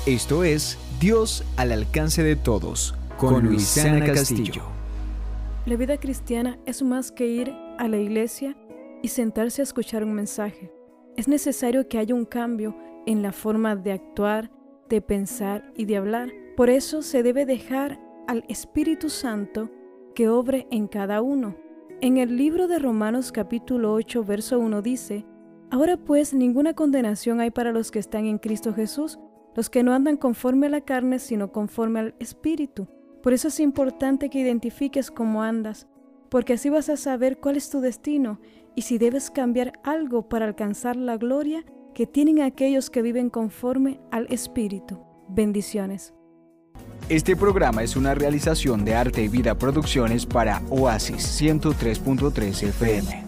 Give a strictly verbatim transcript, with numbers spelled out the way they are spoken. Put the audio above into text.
Esto es Dios al alcance de todos, con, con Luisana Castillo. La vida cristiana es más que ir a la iglesia y sentarse a escuchar un mensaje. Es necesario que haya un cambio en la forma de actuar, de pensar y de hablar. Por eso se debe dejar al Espíritu Santo que obre en cada uno. En el libro de Romanos capítulo ocho, verso uno dice: Ahora pues ninguna condenación hay para los que están en Cristo Jesús, los que no andan conforme a la carne, sino conforme al Espíritu. Por eso es importante que identifiques cómo andas, porque así vas a saber cuál es tu destino y si debes cambiar algo para alcanzar la gloria que tienen aquellos que viven conforme al Espíritu. Bendiciones. Este programa es una realización de Arte y Vida Producciones para Oasis ciento tres punto tres F M.